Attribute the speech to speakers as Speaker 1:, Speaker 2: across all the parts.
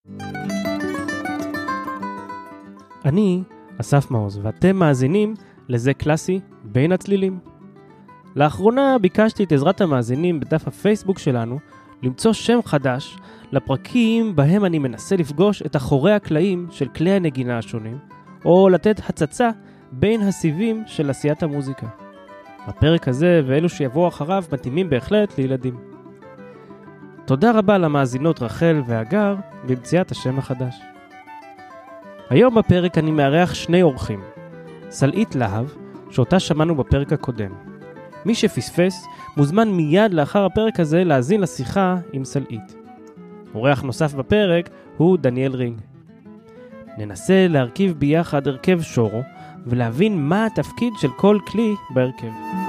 Speaker 1: אני אסף מעוז, ואתם מאזינים לזה קלאסי בין הצלילים. לאחרונה ביקשתי את עזרת המאזינים בדף הפייסבוק שלנו למצוא שם חדש לפרקים בהם אני מנסה לפגוש את אחורי הקלעים של כלי הנגינה השונים, או לתת הצצה בין הסיבים של עשיית המוזיקה. הפרק הזה ואלו שיבואו אחריו מתאימים בהחלט לילדים. תודה רבה למאזינות רחל והגר במציאת השם החדש. היום בפרק אני מארח שני אורחים, סלעית להב, שאותה שמענו בפרק הקודם. מי שפספס מוזמן מיד לאחר הפרק הזה להאזין לשיחה עם סלעית. אורח נוסף בפרק הוא דניאל רינג. ננסה להרכיב ביחד הרכב שורו ולהבין מה התפקיד של כל כלי בהרכב.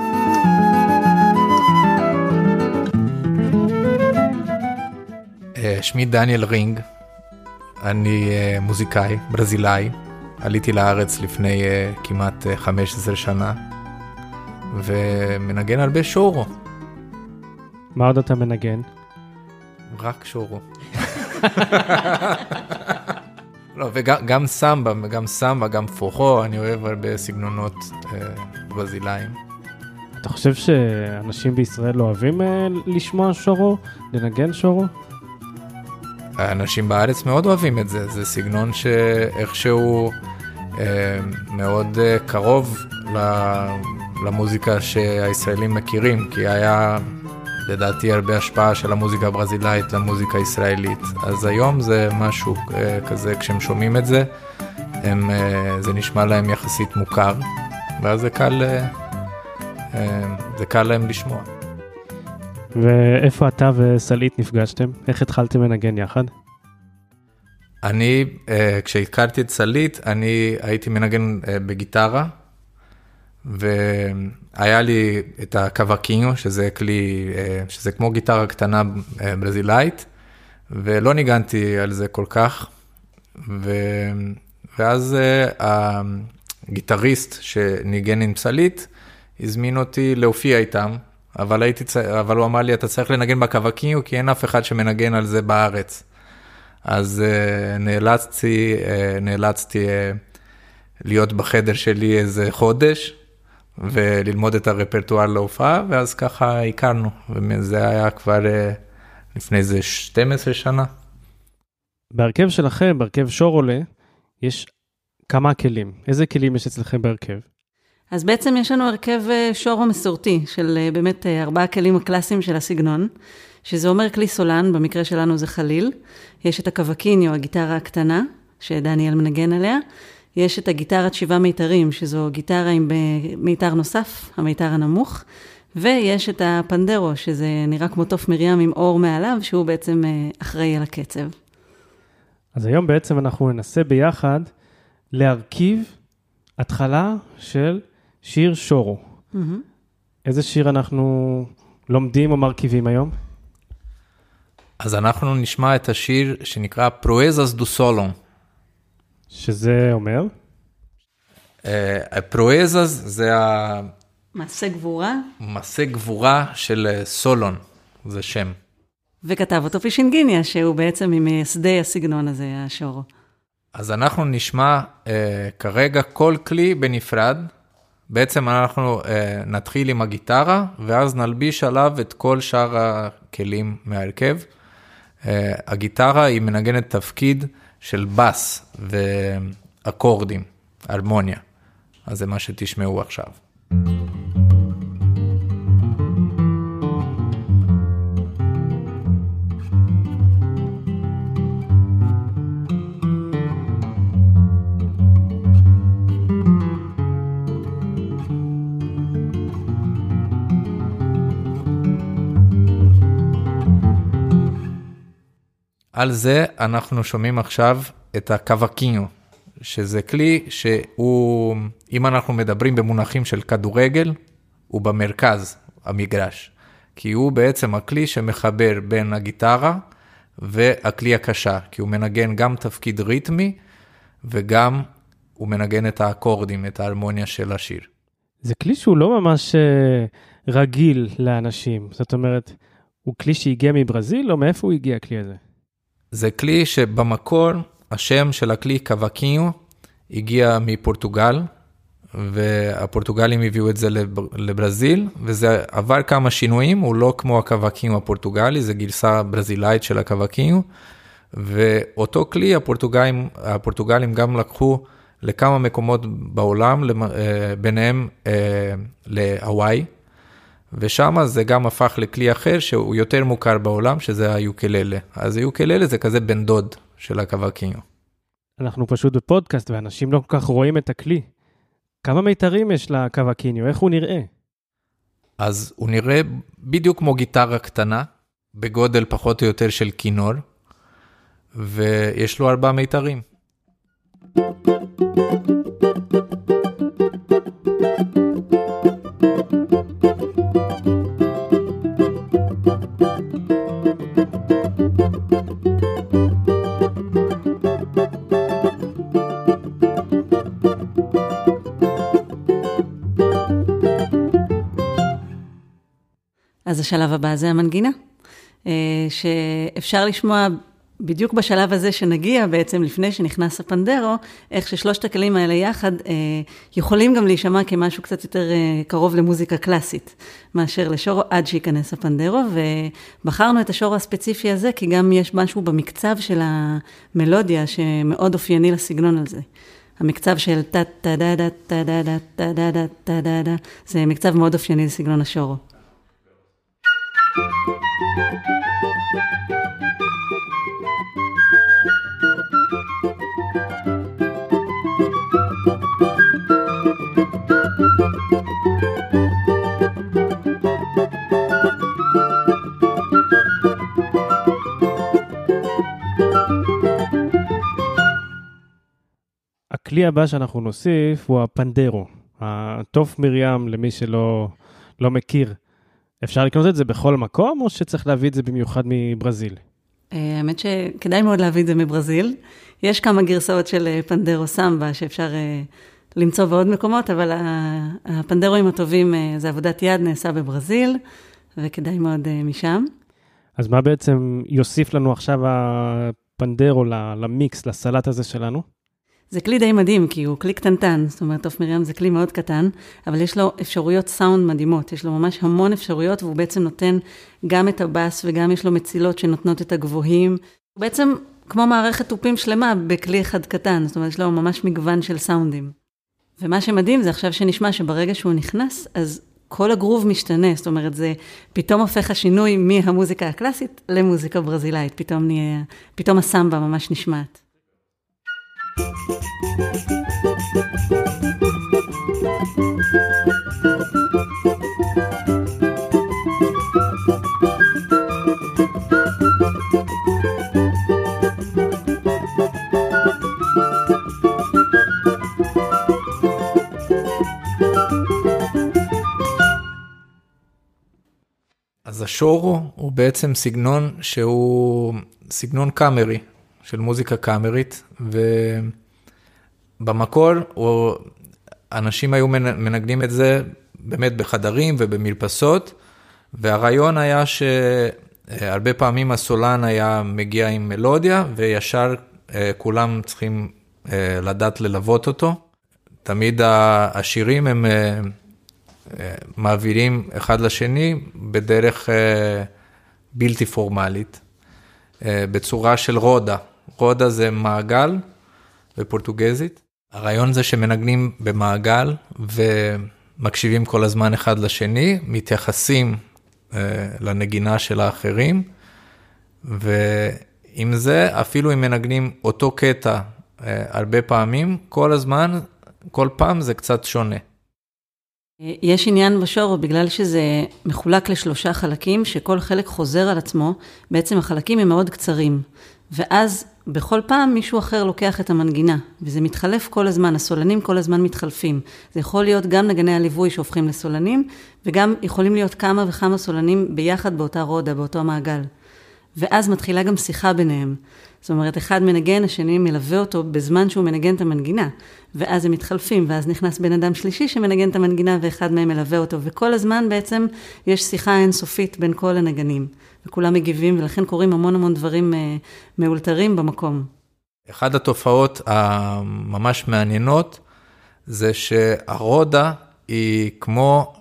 Speaker 2: שמי דניאל רינג, אני מוזיקאי ברזילאי, עליתי לארץ לפני כמעט 15 שנה ומנגן הרבה שורו.
Speaker 1: מה עוד אתה מנגן?
Speaker 2: רק שורו. לא, וגם סמבה, גם פוחו, אני אוהב הרבה סגנונות ברזילאיים.
Speaker 1: אתה חושב שאנשים בישראל לא אוהבים לשמוע שורו, לנגן שורו?
Speaker 2: האנשים בארץ מאוד אוהבים את זה, זה סגנון שאיכשהו מאוד קרוב למוזיקה שהישראלים מכירים, כי היה לדעתי הרבה השפעה של המוזיקה הברזילאית למוזיקה הישראלית. אז היום זה משהו כזה, כשהם שומעים את זה, זה נשמע להם יחסית מוכר, ואז זה קל להם לשמוע.
Speaker 1: ואיפה אתה וסלעית נפגשתם? איך התחלתם לנגן יחד?
Speaker 2: אני, כשהתקרתי את סלעית, אני הייתי מנגן בגיטרה, והיה לי את הקוואקיניו, שזה כלי, שזה כמו גיטרה קטנה ברזילאית, ולא ניגנתי על זה כל כך, ואז הגיטריסט שניגן עם סלעית, הזמין אותי להופיע איתם, אבל הוא אמר לי, אתה צריך לנגן בקוואקיניו, כי אין אף אחד שמנגן על זה בארץ. אז נאלצתי להיות בחדר שלי איזה חודש, וללמוד את הרפרטואר להופעה, ואז ככה הכרנו, וזה היה כבר לפני איזה 12 שנה.
Speaker 1: בהרכב שלכם, בהרכב שורולה, יש כמה כלים. איזה כלים יש אצלכם בהרכב?
Speaker 3: אז בעצם יש לנו הרכב שורו מסורתי, של באמת 4 כלים הקלאסיים של הסגנון, שזה אומר כלי סולן, במקרה שלנו זה חליל, יש את הקוואקיניו, הגיטרה הקטנה, שדניאל מנגן עליה, יש את הגיטרת 7 מיתרים, שזו גיטרה עם מיתר נוסף, המיתר הנמוך, ויש את הפנדרו, שזה נראה כמו תוף מרים עם אור מעליו, שהוא בעצם אחראי על הקצב.
Speaker 1: אז היום בעצם אנחנו ננסה ביחד להרכיב התחלה של שיר שורו. איזה שיר אנחנו לומדים או מרכיבים היום?
Speaker 2: אז אנחנו נשמע את השיר שנקרא פרואזס דו סולון.
Speaker 1: שזה אומר?
Speaker 2: פרואזס זה
Speaker 3: מעשה גבורה.
Speaker 2: מעשה גבורה של סולון, זה שם.
Speaker 3: וכתב אותו פישינגיניה, שהוא בעצם ממייסדי הסגנון הזה, השורו.
Speaker 2: אז אנחנו נשמע כרגע כל כלי בנפרד, בעצם אנחנו נתחיל עם הגיטרה, ואז נלביש עליו את כל שאר הכלים מהרכב. הגיטרה היא מנגנת תפקיד של בס ואקורדים, הרמוניה. אז זה מה שתשמעו עכשיו. על זה אנחנו שומעים עכשיו את הקוואקיניו, שזה כלי שהוא, אם אנחנו מדברים במונחים של כדורגל, הוא במרכז המגרש, כי הוא בעצם הכלי שמחבר בין הגיטרה והכלי הקשה, כי הוא מנגן גם תפקיד ריתמי, וגם הוא מנגן את האקורדים, את ההרמוניה של השיר.
Speaker 1: זה כלי שהוא לא ממש רגיל לאנשים, זאת אומרת, הוא כלי שהגיע מברזיל, או מאיפה הוא הגיע הכלי הזה?
Speaker 2: זה כלי שבמקור, השם של הכלי קוואקיניו, הגיע מפורטוגל, והפורטוגלים הביאו את זה לברזיל, וזה עבר כמה שינויים, הוא לא כמו הקוואקיניו הפורטוגלי, זה גרסה ברזילאית של הקוואקיניו, ואותו כלי הפורטוגלים גם לקחו לכמה מקומות בעולם, ביניהם להוואי, ושם זה גם הפך לכלי אחר שהוא יותר מוכר בעולם, שזה היוקללה. אז היוקללה זה כזה בן דוד של הקוואקיניו.
Speaker 1: אנחנו פשוט בפודקאסט ואנשים לא כל כך רואים את הכלי. כמה מיתרים יש לקוואקיניו? איך הוא נראה?
Speaker 2: אז הוא נראה בדיוק כמו גיטרה קטנה, בגודל פחות או יותר של כינור, ויש לו 4 מיתרים.
Speaker 3: אז השלב הבא זה המנגינה, שאפשר לשמוע בדיוק בשלב הזה שנגיע בעצם לפני שנכנס הפנדרו, איך ששלושת הכלים האלה יחד יכולים גם להישמע כמשהו קצת יותר קרוב למוזיקה קלאסית, מאשר לשורו עד שיכנס הפנדרו, ובחרנו את השורו הספציפי הזה, כי גם יש משהו במקצב של המלודיה שמאוד אופייני לסגנון על זה. המקצב של טה-טה-דה-דה, טה-דה-דה, טה-דה-דה, טה-דה-דה, זה מקצב מאוד אופייני לסגנון השורו.
Speaker 1: הכלי הבא שאנחנו נוסיף הוא הפנדרו, התוף מרים למי שלא מכיר. אפשר לקנות את זה בכל מקום, או שצריך להביא את זה במיוחד מברזיל?
Speaker 3: האמת שכדאי מאוד להביא את זה מברזיל. יש כמה גרסאות של פנדרו סמבה שאפשר למצוא בעוד מקומות, אבל הפנדרוים הטובים זה עבודת יד, נעשה בברזיל, וכדאי מאוד משם.
Speaker 1: אז מה בעצם יוסיף לנו עכשיו הפנדרו למיקס, לסלט הזה שלנו?
Speaker 3: זה כלי די מדהים, כי הוא כלי קטנטן, זאת אומרת, תוף מרים זה כלי מאוד קטן, אבל יש לו אפשרויות סאונד מדהימות, יש לו ממש המון אפשרויות, והוא בעצם נותן גם את הבאס, וגם יש לו מצילות שנותנות את הגבוהים. הוא בעצם כמו מערכת טופים שלמה בכלי אחד קטן, זאת אומרת, יש לו ממש מגוון של סאונדים. ומה שמדהים זה עכשיו שנשמע שברגע שהוא נכנס, אז כל הגרוב משתנה, זאת אומרת, זה פתאום הופך השינוי מהמוזיקה הקלאסית למוזיקה ברזילאית, פתאום הסמבה ממש נשמעת.
Speaker 2: אז השורו הוא בעצם סגנון שהוא סגנון קאמרי, של מוזיקה קאמרית, ובמקור אנשים היו מנגנים את זה באמת בחדרים ובמרפסות, והרעיון היה שהרבה פעמים הסולן היה מגיע עם מלודיה, וישר כולם צריכים לדעת ללוות אותו. תמיד השירים הם מעבירים אחד לשני בדרך בלתי פורמלית, בצורה של רודה. רודה זה מעגל בפורטוגזית. הרעיון זה שמנגנים במעגל ומקשיבים כל הזמן אחד לשני, מתייחסים לנגינה של האחרים, ועם זה אפילו אם מנגנים אותו קטע הרבה פעמים, כל הזמן, כל פעם זה קצת שונה.
Speaker 3: יש עניין בשורו, בגלל שזה מחולק ל3 חלקים, שכל חלק חוזר על עצמו, בעצם החלקים הם מאוד קצרים, ואז בכל פעם מישהו אחר לוקח את המנגינה, וזה מתחלף כל הזמן, הסולנים כל הזמן מתחלפים. זה יכול להיות גם נגני הליווי שהופכים לסולנים, וגם יכולים להיות כמה וכמה סולנים ביחד באותה רודה, באותו מעגל. ואז מתחילה גם שיחה ביניהם. זאת אומרת, אחד מנגן, השני מלווה אותו בזמן שהוא מנגן את המנגינה, ואז הם מתחלפים, ואז נכנס בן אדם שלישי שמנגן את המנגינה, ואחד מהם מלווה אותו, וכל הזמן בעצם יש שיחה אינסופית בין כל הנגנים. וכולם מגיבים, ולכן קורים המון המון דברים מאולתרים במקום.
Speaker 2: אחד התופעות הממש מעניינות, זה שהרודה היא כמו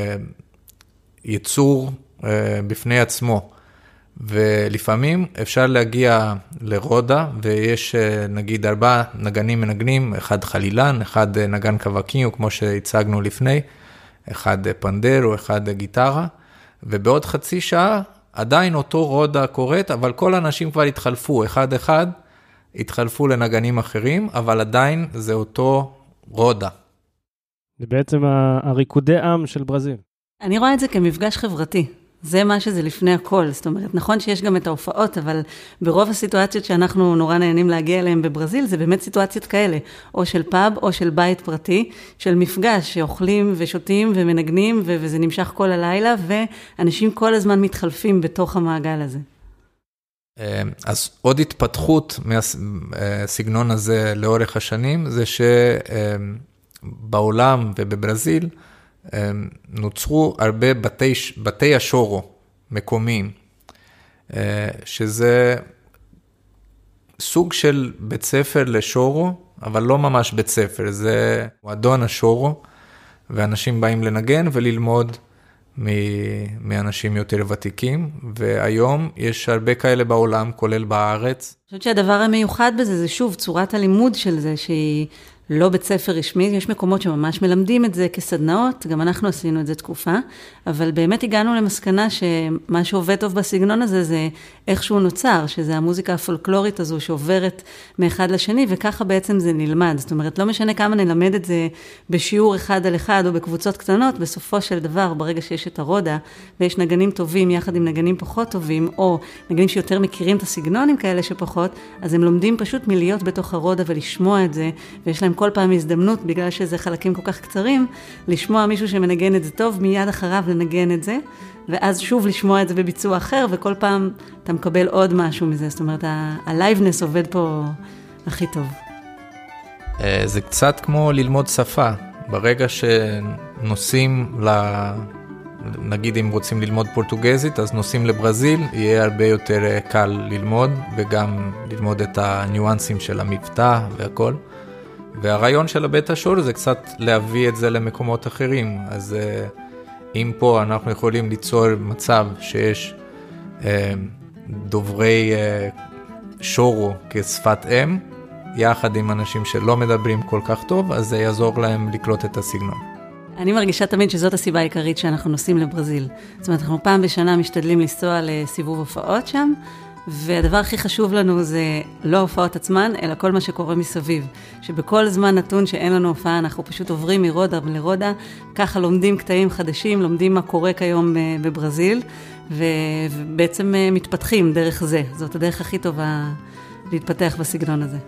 Speaker 2: יצור בפני עצמו, ולפעמים אפשר להגיע לרודה, ויש נגיד 4 נגנים מנגנים, אחד חלילן, אחד נגן קווקיניו, כמו שהצגנו לפני, אחד פנדר או אחד גיטרה, ובעוד חצי שעה עדיין אותו רודה קורית, אבל כל האנשים כבר התחלפו, אחד התחלפו לנגנים אחרים, אבל עדיין זה אותו רודה.
Speaker 1: זה בעצם הריקודי עם של ברזיל.
Speaker 3: אני רואה את זה כמפגש חברתי. זה מה שזה לפני הכל. זאת אומרת, נכון שיש גם את ההופעות, אבל ברוב הסיטואציות שאנחנו נורא נהנים להגיע אליהם בברזיל, זה באמת סיטואציות כאלה, או של פאב או של בית פרטי, של מפגש שאוכלים ושותים ומנגנים, וזה נמשך כל הלילה, ואנשים כל הזמן מתחלפים בתוך המעגל הזה.
Speaker 2: אז עוד התפתחות מהסגנון הזה לאורך השנים, זה שבעולם ובברזיל נוצרו הרבה בתי השורו מקומיים, שזה סוג של בית ספר לשורו, אבל לא ממש בית ספר, זה מועדון השורו, ואנשים באים לנגן וללמוד מאנשים יותר ותיקים, והיום יש הרבה כאלה בעולם, כולל בארץ.
Speaker 3: אני חושבת שהדבר המיוחד בזה, זה שוב צורת הלימוד של זה, שהיא לא בית ספר רשמי, יש מקומות שממש מלמדים את זה כסדנאות, גם אנחנו עשינו את זה תקופה, אבל באמת הגענו למסקנה שמה שעובד טוב בסגנון הזה, זה איכשהו נוצר, שזה המוזיקה הפולקלורית הזו שעוברת מאחד לשני, וככה בעצם זה נלמד. זאת אומרת, לא משנה כמה נלמד את זה בשיעור אחד על אחד, או בקבוצות קטנות, בסופו של דבר, ברגע שיש את הרודה, ויש נגנים טובים יחד עם נגנים פחות טובים, או נגנים שיותר מכירים את הסגנונים כאלה שפחות, אז הם לומדים פשוט מלהיות בתוך הרודה ולשמוע את זה, ויש להם כל פעם הזדמנות, בגלל שזה חלקים כל כך קצרים, לשמוע מישהו שמנגן את זה טוב, מיד אחריו לנגן את זה, ואז שוב לשמוע את זה בביצוע אחר, וכל פעם אתה מקבל עוד משהו מזה. זאת אומרת, הלייבנס עובד פה הכי טוב.
Speaker 2: זה קצת כמו ללמוד שפה. ברגע שנוסעים נגיד אם רוצים ללמוד פורטוגזית, אז נוסעים לברזיל, יהיה הרבה יותר קל ללמוד, וגם ללמוד את הניואנסים של המבטא והכל. והרעיון של הבית השור זה קצת להביא את זה למקומות אחרים. אז אם פה אנחנו יכולים ליצור מצב שיש דוברי שורו כשפת אם, יחד עם אנשים שלא מדברים כל כך טוב, אז זה יעזור להם לקלוט את הסגנון.
Speaker 3: אני מרגישה תמיד שזאת הסיבה העיקרית שאנחנו נוסעים לברזיל. זאת אומרת, אנחנו פעם בשנה משתדלים לנסוע לסיבוב הופעות שם, והדבר הכי חשוב לנו זה לא הופעות עצמן, אלא כל מה שקורה מסביב. שבכל זמן נתון שאין לנו הופעה, אנחנו פשוט עוברים מרודה לרודה, ככה לומדים קטעים חדשים, לומדים מה קורה כיום בברזיל, ובעצם מתפתחים דרך זה. זאת הדרך הכי טובה להתפתח בסגנון הזה.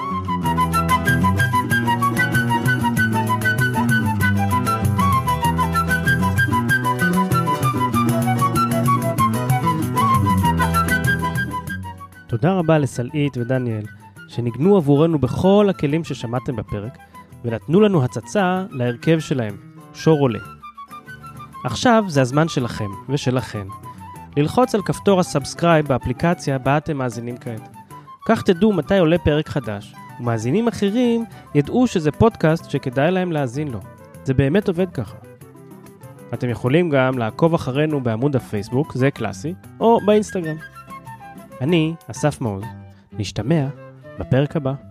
Speaker 1: תודה רבה לסלעית ודניאל, שניגנו עבורנו בכל הכלים ששמעתם בפרק, ונתנו לנו הצצה להרכב שלהם, שור עולה. עכשיו זה הזמן שלכם ושלכן, ללחוץ על כפתור הסאבסקרייב באפליקציה בה אתם מאזינים כעת. כך תדעו מתי עולה פרק חדש, ומאזינים אחרים ידעו שזה פודקאסט שכדאי להם להאזין לו. זה באמת עובד ככה. אתם יכולים גם לעקוב אחרינו בעמוד הפייסבוק, זה קלאסי, או באינסטגרם. אני, אסף מעוז, נשתמע בפרק הבא.